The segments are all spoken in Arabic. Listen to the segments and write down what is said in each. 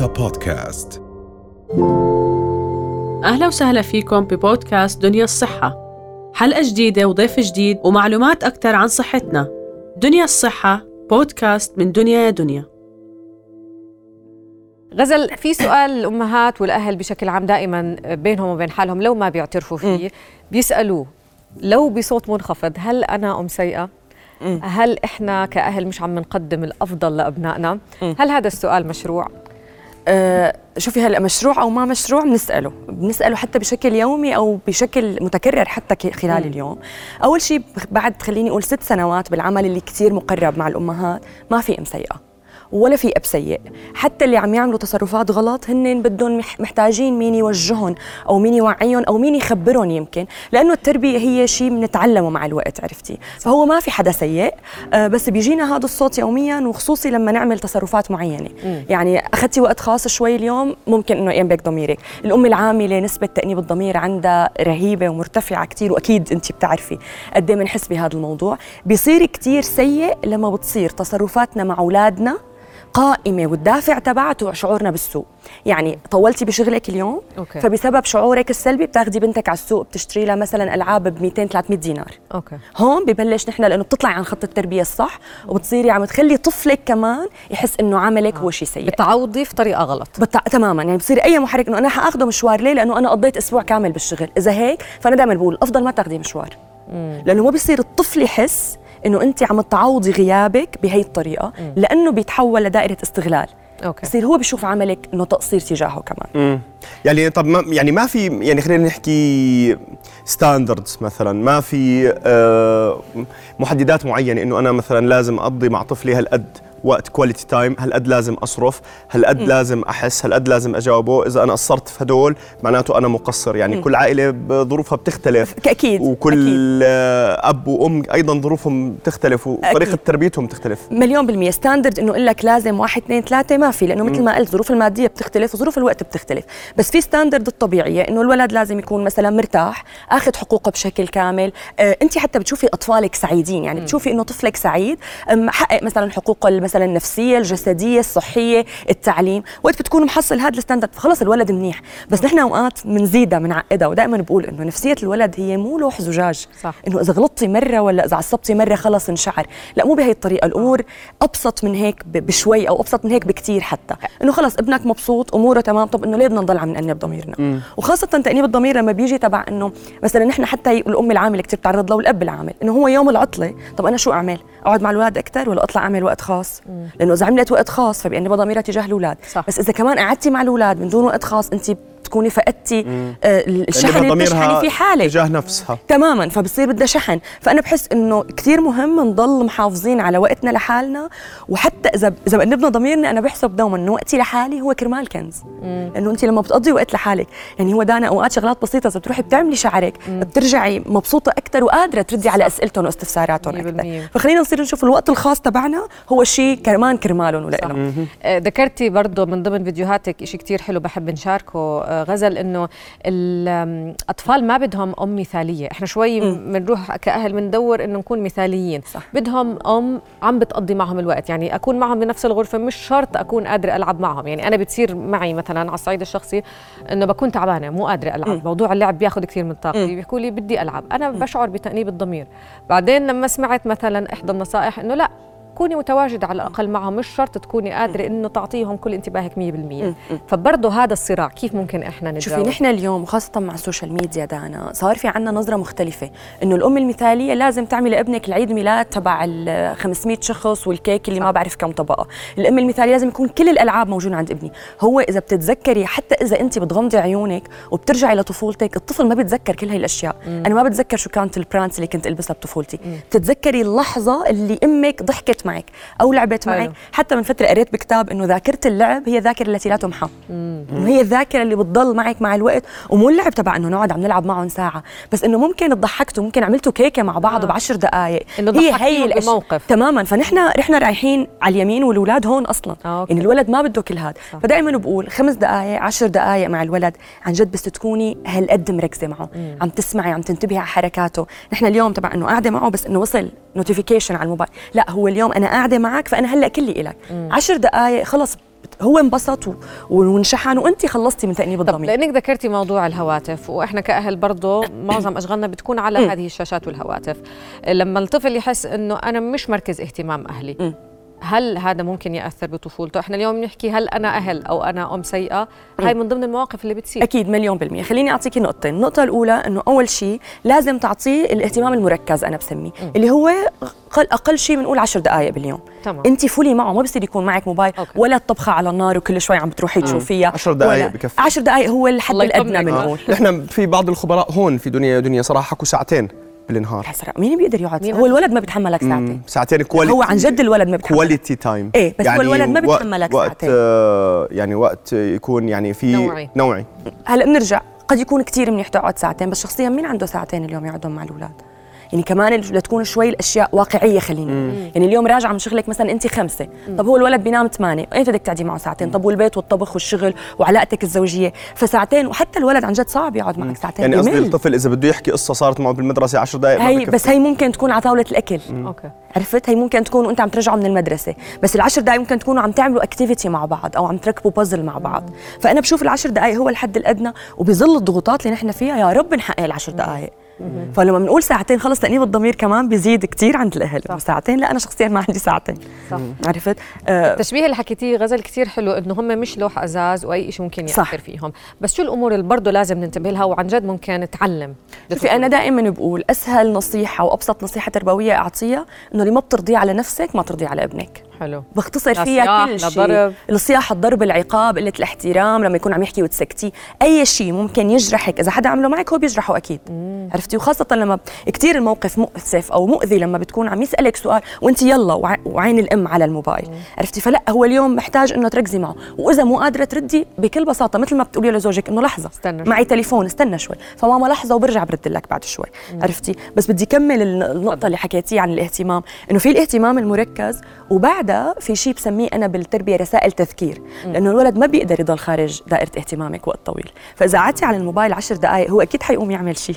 رؤيا بودكاست. أهلا وسهلا فيكم ببودكاست دنيا الصحة، حلقة جديدة وضيف جديد ومعلومات أكثر عن صحتنا. دنيا الصحة بودكاست من دنيا يا دنيا. غزل، في سؤال الأمهات والأهل بشكل عام دائما بينهم وبين حالهم لو ما بيعترفوا فيه بيسألوه لو بصوت منخفض: هل أنا أم سيئة؟ هل إحنا كأهل مش عم نقدم الأفضل لأبنائنا؟ هل هذا السؤال مشروع؟ شوفي، هلأ مشروع أو ما مشروع بنسأله حتى بشكل يومي أو بشكل متكرر حتى خلال اليوم. أول شيء بعد خليني أقول 6 سنوات بالعمل اللي كتير مقرب مع الأمهات، ما في أم سيئة ولا في أب سيء. حتى اللي عم يعملوا تصرفات غلط هن بدهم محتاجين مين يوجههم أو مين يوعيهم أو مين يخبرهم، يمكن لأنه التربية هي شيء بنتعلمه مع الوقت، عرفتي؟ فهو ما في حدا سيء، بس بيجينا هذا الصوت يوميا، وخصوصي لما نعمل تصرفات معينة. يعني أخذتي وقت خاص شوي اليوم، ممكن إنه ينبك ضميرك. الأم العاملة نسبة تأنيب الضمير عندها رهيبة ومرتفعة كتير، وأكيد أنت بتعرفي قد ايه بنحس بهذا الموضوع. بيصير كتير سيء لما بتصير تصرفاتنا مع أولادنا قائمة والدافع تبعته شعورنا بالسوء. يعني طولتي بشغلك اليوم، فبسبب شعورك السلبي بتاخدي بنتك على السوق، بتشتري لها مثلا ألعاب ب 200-300 دينار. هون ببلش نحن، لأنه بتطلعي عن خط التربية الصح وبتصيري عم تخلي طفلك كمان يحس إنه عملك هو شيء سيء، بتعوضي في طريقة غلط. تماما. يعني بتصير أي محرك إنه أنا حأخده مشوار، ليه؟ لأنه أنا قضيت أسبوع كامل بالشغل. إذا هيك فأنا دائما بقول أفضل ما تاخدي مشوار، لأنه ما بيصير الطفل يحس إنه أنت عم تعوضي غيابك بهي الطريقة، لأنه بيتحول لدائرة استغلال. بصير هو بيشوف عملك إنه تقصير تجاهه كمان. يعني طب ما في، يعني خلينا نحكي ستاندردز مثلا، ما في محددات معينة إنه أنا مثلا لازم أقضي مع طفلي هالقد وقت كواليتي تايم، هالقد لازم أصرف، هالقد لازم أحس، هالقد لازم أجاوبه. إذا أنا قصرت في هدول معناته أنا مقصر. يعني كل عائلة بظروفها بتختلف أكيد، وكل أب وأم أيضا ظروفهم تختلف وطريقة تربيتهم تختلف. 100% ستاندرد إنه إقول لك لازم 1 2 3 ما في، لأنه مثل ما قلت ظروف المادية بتختلف وظروف الوقت بتختلف. بس في ستاندرد الطبيعية إنه الولد لازم يكون مثلا مرتاح، أخذ حقوقه بشكل كامل. أنت حتى بتشوفي أطفالك سعيدين، يعني بتشوفي إنه طفلك سعيد، حقق مثلا حقوقه مثلا النفسية، الجسدية، الصحية، التعليم. وقت بتكون محصل هذا الستاندرد فخلص الولد منيح. بس نحن اوقات بنزيدها بنعقدها، ودائما بقول انه نفسية الولد هي مو لوح زجاج، انه اذا غلطتي مرة ولا اذا عصبتي مرة خلص انشعر. لا، مو بهي الطريقة. الامور ابسط من هيك بشوي، او ابسط من هيك بكتير. حتى انه خلص ابنك مبسوط، اموره تمام، طب انه ليه بدنا نضل عم نأنب ضميرنا؟ وخاصة تأنيب الضمير لما بيجي تبع انه مثلا نحن حتى الام العاملة كتير بتعرض له، والاب العامل، انه هو يوم العطلة، طب انا شو اعمل؟ اقعد مع الولاد اكثر ولا اطلع اعمل وقت خاص؟ لانه اذا عملت وقت خاص فبأنب ضميرها تجاه الاولاد. بس اذا كمان قعدتي مع الاولاد من دون وقت خاص، انت تكوني فقدتي الشحن اللي بتشحني في حالك تجاه نفسها تماما، فبصير بدها شحن. فانا بحس انه كثير مهم نضل محافظين على وقتنا لحالنا. وحتى اذا بأنبنا ضميرنا، انا بحسب دوما انه وقتي لحالي هو كرمال كنز. لانه انت لما بتقضي وقت لحالك، يعني هو دانا اوقات شغلات بسيطه، اذا بتروحي بتعملي شعرك بترجعي مبسوطه اكثر وقادره تردي على اسئلتهم واستفساراتهم اكثر. فخلينا نصير نشوف الوقت الخاص تبعنا هو شيء كمان كرمالهم ولهم. ذكرتي برضه من ضمن فيديوهاتك شيء كتير حلو بحب نشاركه غزل، انه الاطفال ما بدهم ام مثاليه. احنا شوي بنروح كاهل بندور انه نكون مثاليين. بدهم ام عم بتقضي معهم الوقت، يعني اكون معهم بنفس الغرفه، مش شرط اكون قادره العب معهم. يعني انا بتصير معي مثلا على الصعيد الشخصي انه بكون تعبانه مو قادره العب، موضوع اللعب بياخذ كثير من طاقتي، بيحكوا لي بدي العب، انا بشعر بتأنيب الضمير. بعدين لما سمعت مثلا احدى النصائح انه لا، كوني متواجدة على الأقل معهم، مش شرط تكوني قادرة إنه تعطيهم كل انتباهك 100%. فبرضه هذا الصراع كيف ممكن إحنا نتجاوز؟ شوفي، نحن اليوم وخاصة مع السوشيال ميديا دانا صار في عنا نظرة مختلفة، إنه الأم المثالية لازم تعمل لابنك العيد ميلاد تبع 500 شخص والكيك اللي ما بعرف كم طبقة. الأم المثالية لازم يكون كل الألعاب موجودة عند ابني. هو إذا بتتذكري، حتى إذا أنت بتغمضي عيونك وبترجعي لطفولتك، الطفل ما بيتذكر كل هاي الأشياء. أنا ما بتذكر شو كانت البرانس اللي كنت ألبسها بطفولتي، بتتذكري اللحظة اللي أمك ضحكت معك أو لعبت معك. حتى من فترة قريت بكتاب إنه ذاكرة اللعب هي الذاكرة التي لا تمحى، إنه هي الذاكرة اللي بتضل معك مع الوقت. ومو اللعب تبع إنه نقعد عم نلعب معهم ساعة، بس إنه ممكن تضحكتوا، ممكن عملتوا كيكة مع بعض ب10 دقائق، هي الموقف تماما. فنحن رحنا رايحين على اليمين والولاد هون أصلا. يعني الولد ما بده كل هذا. فدائما بقول 5 دقائق 10 دقائق مع الولد عن جد، بس تكوني هالقد مركزة معه، عم تسمعي، عم تنتبهي على حركاته. نحن اليوم تبع إنه قاعدة معه بس إنه وصل نوتيفيكيشن على الموبايل، لا، هو اليوم أنا قاعدة معك فأنا هلأ كلي إلك. 10 دقائق خلص هو انبسط وانشحن وانت خلصتي من تأنيب الضمير. لانك ذكرتي موضوع الهواتف، واحنا كاهل برضه معظم اشغالنا بتكون على هذه الشاشات والهواتف. لما الطفل يحس انه انا مش مركز اهتمام اهلي، هل هذا ممكن يأثر بطفولته؟ احنا اليوم نحكي هل أنا أهل أو أنا أم سيئة؟ هاي من ضمن المواقف اللي بتصير. أكيد 100%. خليني أعطيكي نقطتين. النقطة الأولى إنه أول شيء لازم تعطيه الاهتمام المركز، أنا بسميه اللي هو أقل شيء بنقول 10 دقائق باليوم. تمام. أنت فولي معه، ما بصير يكون معك موبايل ولا الطبخة على النار وكل شوي عم بتروحي تشوفيها. 10 دقائق بكفي. 10 دقائق هو الحد الأدنى بنقول. نحن في بعض الخبراء هون في دنيا صراحة حكوا ساعتين بالنهار. مين بيقدر يقعد؟ هو الولد ما بيتحملك ساعتين. ساعتين كواليتي. هو عن جد الولد ما بيتحمل كواليتي تايم. ايه بس يعني هو الولد ما بيتحملك ساعتين. يعني وقت يكون يعني في نوعي. هلا بنرجع، قد يكون كثير منيح تقعد ساعتين، بس شخصيا مين عنده ساعتين اليوم يقعدون مع الاولاد؟ يعني كمان لتكون شوي الاشياء واقعيه. خليني يعني اليوم راجعه من شغلك مثلا انت 5، طب هو الولد بينام 8، ايمتى بدك تقعدي معه ساعتين؟ طب والبيت والطبخ والشغل وعلاقتك الزوجيه، فساعتين. وحتى الولد عن جد صعب يقعد معك ساعتين. يعني قصدي الطفل اذا بده يحكي قصه صارت معه بالمدرسه 10 دقائق هي بس هي ممكن تكون على طاوله الاكل. اوكي عرفت؟ هي ممكن تكون وانت عم ترجعوا من المدرسه، بس ال10 دقائق ممكن تكونوا عم تعملوا اكتيفيتي مع بعض او عم تركبوا بازل مع بعض. فانا بشوف ال10 دقائق هو الحد الادنى، وبظل الضغوطات اللي نحن فيها يا رب نحقق ال10 دقائق. فلما بنقول ساعتين خلص تأنيب الضمير كمان بيزيد كتير عند الأهل. ساعتين لا، أنا شخصيا ما عندي ساعتين. صح. عرفت؟ التشبيه اللي حكيتيه غزل كتير حلو، إنه هم مش لوح أزاز وأي شيء ممكن يأثر فيهم، بس شو الأمور اللي برضه لازم ننتبه لها وعن جد ممكن نتعلم؟ شوفي أنا دائما بقول أسهل نصيحة وأبسط نصيحة تربوية أعطيها إنه اللي ما بترضيه على نفسك ما ترضيه على ابنك. حلو. بختصر فيها كل شيء. الصياح، الضرب، العقاب، قلة الاحترام، لما يكون عم يحكي وتسكتيه، أي شيء ممكن يجرحك إذا حدا عمله معك هو بيجرحه أكيد. عرفتي؟ وخاصة لما كتير الموقف مؤسف أو مؤذي، لما بتكون عم يسألك سؤال وأنت يلا وعين الأم على الموبايل. عرفتي؟ فلا، هو اليوم محتاج إنه تركزي معه، وإذا مو قادرة تردي بكل بساطة مثل ما بتقولي لزوجك إنه لحظة استنى معي تليفون، استنى شوي، فماما لحظة وبرجع برد لك بعد شوي. عرفتي؟ بس بدي كمل النقطة اللي حكيتيه عن الاهتمام، إنه في الاهتمام المركز وبعدها في شيء بسميه أنا بالتربية رسائل تذكير، لأنه الولد ما بيقدر يضل خارج دائرة اهتمامك وقت طويل. فإذا قعدتي على الموبايل 10 دقائق هو أكيد حيقوم يعمل شيء.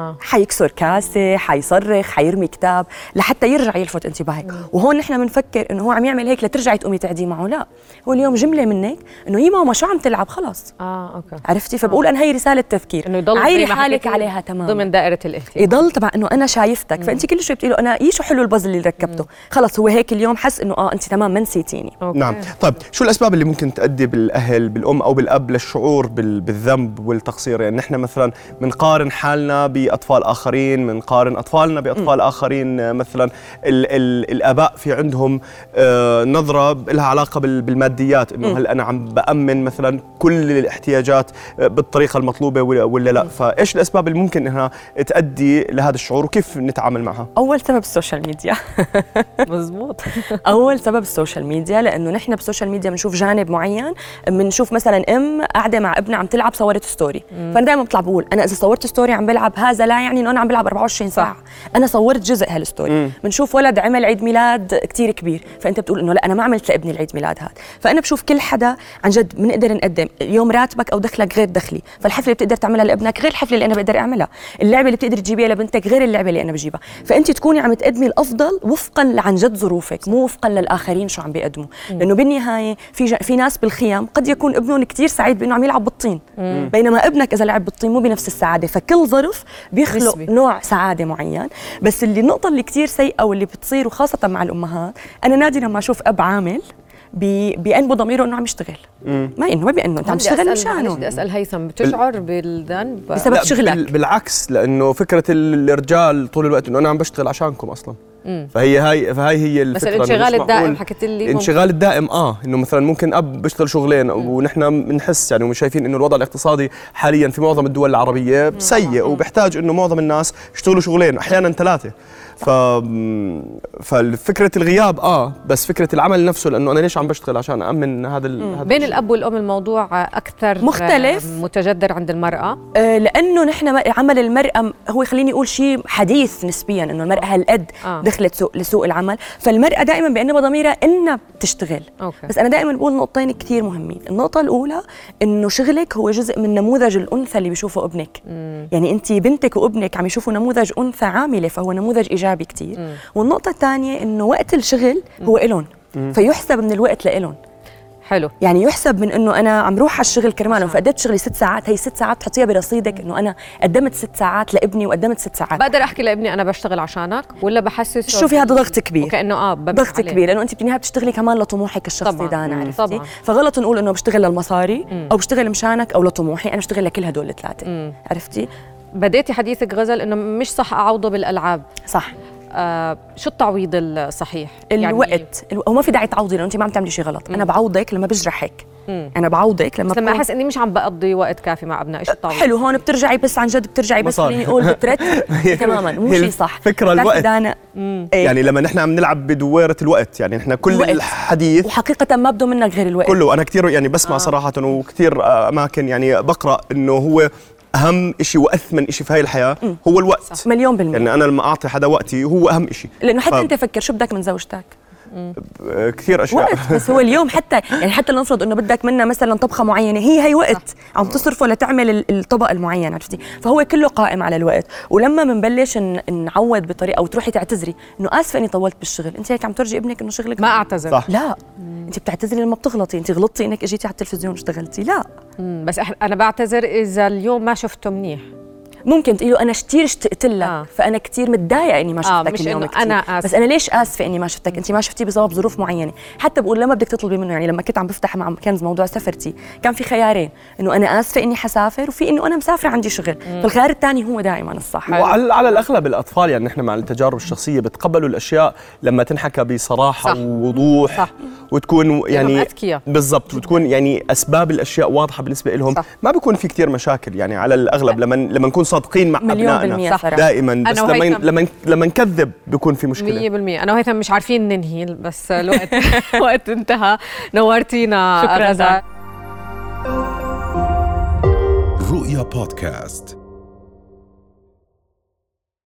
حيكسر كاسة، حيصرخ، حيرمي كتاب لحتى يرجع يلفت انتباهك. وهون نحن بنفكر إنه هو عم يعمل هيك لترجعي تقومي تعدي معه. لا، هو اليوم جملة منك إنه يا ماما شو عم تلعب خلاص. أوكي. عرفتي؟ فبقول أنا هي رسالة تذكير، إنه يضل عايري حالك عليها تمام ضمن دائرة الاهتمام، يضل تبع إنه أنا شايفتك. فأنت كل شوي بتقولي له أنا شو حلو البازل اللي ركبته، خلص هو هيك اليوم حس إنه أنت تمام ما نسيتيني. نعم. طيب شو الأسباب اللي ممكن تؤدي بالأهل بالأم أو بالأب للشعور بالذنب والتقصير؟ يعني نحن مثلا بنقارن حالنا بأطفال آخرين، بنقارن أطفالنا بأطفال آخرين. مثلا الآباء في عندهم نظرة لها علاقة بالماديات، إنه هل أنا عم بأمن مثلا كل الاحتياجات بالطريقة المطلوبة ولا لا؟ فإيش الأسباب اللي ممكن إنها تؤدي لهذا الشعور وكيف نتعامل معها؟ أول سبب السوشيال ميديا. مزبوط. أول سبب السوشيال ميديا، لأنه نحن بالسوشيال ميديا بنشوف جانب معين، بنشوف مثلا أم قاعدة مع ابنها عم تلعب صورت ستوري، فأنا دائما بطلع بقول أنا إذا صورت ستوري عم بلعب هذا لا يعني إنه أنا عم بلعب 24 ساعة، أنا صورت جزء هالستوري. بنشوف ولد عمل عيد ميلاد كتير كبير، فأنت بتقول إنه لا أنا ما عملت لابني العيد ميلاد هذا. فأنا بشوف كل حدا عن جد بنقدر نقدم. اليوم راتبك أو دخلك غير دخلي، فالحفلة اللي بتقدر تعملها لابنك غير الحفلة اللي أنا بقدر أعملها، اللعبة اللي بتقدر تجيبيها لبنتك غير اللعبة اللي أنا بجيبها. فأنت تكوني عم تقدمي الأفضل وفقا لعن جد ظروفك، مو وفقا للآخرين شو عم بيقدموا. لأنه بالنهاية في ناس بالخيام قد يكون ابنهم كتير سعيد بأنه عم يلعب بالطين، بينما ابنك إذا لعب بالطين مو بنفس السعادة. فكل ظرف بيخلق نوع سعادة معين. بس النقطة اللي كتير سيئة واللي بتصير وخاصة مع الأمهات، أنا نادرا لما أشوف أب عامل بيأنبوا ضميره انه عم يشتغل. ما بيأنه انت عم تشتغل مشانه. بدي اسال هيثم، بتشعر بالذنب بسبب شغلك؟ بالعكس، لانه فكره الرجال طول الوقت انه انا عم بشتغل عشانكم اصلا. فهي هي الفكره. بس الانشغال الدائم حكيت لي الانشغال الدائم انه مثلا ممكن اب بيشتغل شغلين ونحن بنحس يعني ومش شايفين انه الوضع الاقتصادي حاليا في معظم الدول العربيه سيء وبيحتاج انه معظم الناس يشتغلوا شغلين احيانا 3. ففكره الغياب بس فكره العمل نفسه، لانه انا ليش عم بشتغل عشان امن هذا بين الاب والام الموضوع اكثر مختلف متجذر عند المراه. لانه نحن عمل المراه هو خليني اقول شيء حديث نسبيا، انه المراه هالقد دخلت لسوق العمل، فالمراه دائما بأنبها ضميرها انها تشتغل. بس انا دائما بقول نقطتين كثير مهمين. النقطه الاولى انه شغلك هو جزء من نموذج الانثى اللي بيشوفه ابنك. يعني انت بنتك وابنك عم يشوفوا نموذج انثى عامله، فهو نموذج ايجابي كتير. والنقطة الثانية إنه وقت الشغل هو إلون، فيحسب من الوقت لإلون. حلو. يعني يحسب من انه انا عم روح على الشغل كرمالهم، فقدمت شغلي 6 ساعات، هي 6 ساعات تحطيها برصيدك انه انا قدمت 6 ساعات لابني وقدمت 6 ساعات. بقدر احكي لابني انا بشتغل عشانك ولا بحسس شوفي هذا ضغط كبير، وكانه ضغط كبير، لانه انت بالنهايه بتشتغلي كمان لطموحك الشخصي دانا، عرفتي؟ فغلط نقول انه بشتغل للمصاري او بشتغل مشانك او لطموحي، انا بشتغل لكل هدول الثلاثه. عرفتي؟ بديتي حديثك غزل انه مش صح اعوضه بالالعاب. صح. شو التعويض الصحيح؟ الوقت يعني وما في داعي تعوضي لانه انت ما عم تعملي شيء غلط. انا بعوضك لما بجرحك. انا بعوضك لما احس اني مش عم بقضي وقت كافي مع ابنائي. ايش التعويض؟ حلو، هون بترجعي بس عن جد بترجعي بس خليني اقول بترت تماما مو شيء صح. فكره الوقت يعني لما نحن عم نلعب بدويره الوقت، يعني نحن كل الوقت. الحديث وحقيقه ما بده منك غير الوقت كله. انا كثير يعني بسمع صراحه وكثير اماكن يعني بقرا انه هو أهم شيء وأثمن شيء في هاي الحياة هو الوقت. صح. مليون بالمية. يعني أنا لما أعطي حدا وقتي هو أهم شيء، لأنه حتى أنت فكر شو بدك من زوجتك؟ كثير أشياء وقت. بس هو اليوم حتى يعني حتى لو نفرض إنه بدك منها مثلا طبخة معينة، هي وقت عم تصرفه لتعمل الطبق المعين، عرفتي؟ فهو كله قائم على الوقت. ولما بنبلش نعود بطريقة أو تروحي تعتذري إنه آسفة إني طولت بالشغل، أنت هيك عم ترجي ابنك إنه شغلك ما أعتذر. صح. لا أنت بتعتذري لما بتغلطي. أنت غلطتي إنك إجيتي على التلفزيون واشتغلتي، لا. بس أنا بعتذر إذا اليوم ما شفته منيح. ممكن تقولي له انا كثير اشتقت لك فانا كثير متضايقه اني ما شفتك مش اليوم كثير. انا بس انا ليش اسفه اني ما شفتك؟ انت ما شفتيه بسبب ظروف معينه. حتى بقول لما بدك تطلبي منه، يعني لما كنت عم بفتح مع كنز موضوع سفرتي كان في خيارين، انه انا اسفه اني حسافر وفي انه انا مسافره عندي شغل. فالخيار الثاني هو دائما الصح. وعلى الاغلب الاطفال يعني نحن مع التجارب الشخصيه بتقبلوا الاشياء لما تنحكى بصراحه صح. ووضوح صح. وتكون يعني بالضبط وتكون يعني اسباب الاشياء واضحه بالنسبه لهم صح. ما بيكون في كثير مشاكل يعني على الاغلب لما نكون صادقين مع ابنائنا دائما. بس لما نكذب بيكون في مشكله 100%. انا وهيثم مش عارفين ننهي بس الوقت وقت انتهى. نورتينا. شكرا. رؤيا بودكاست.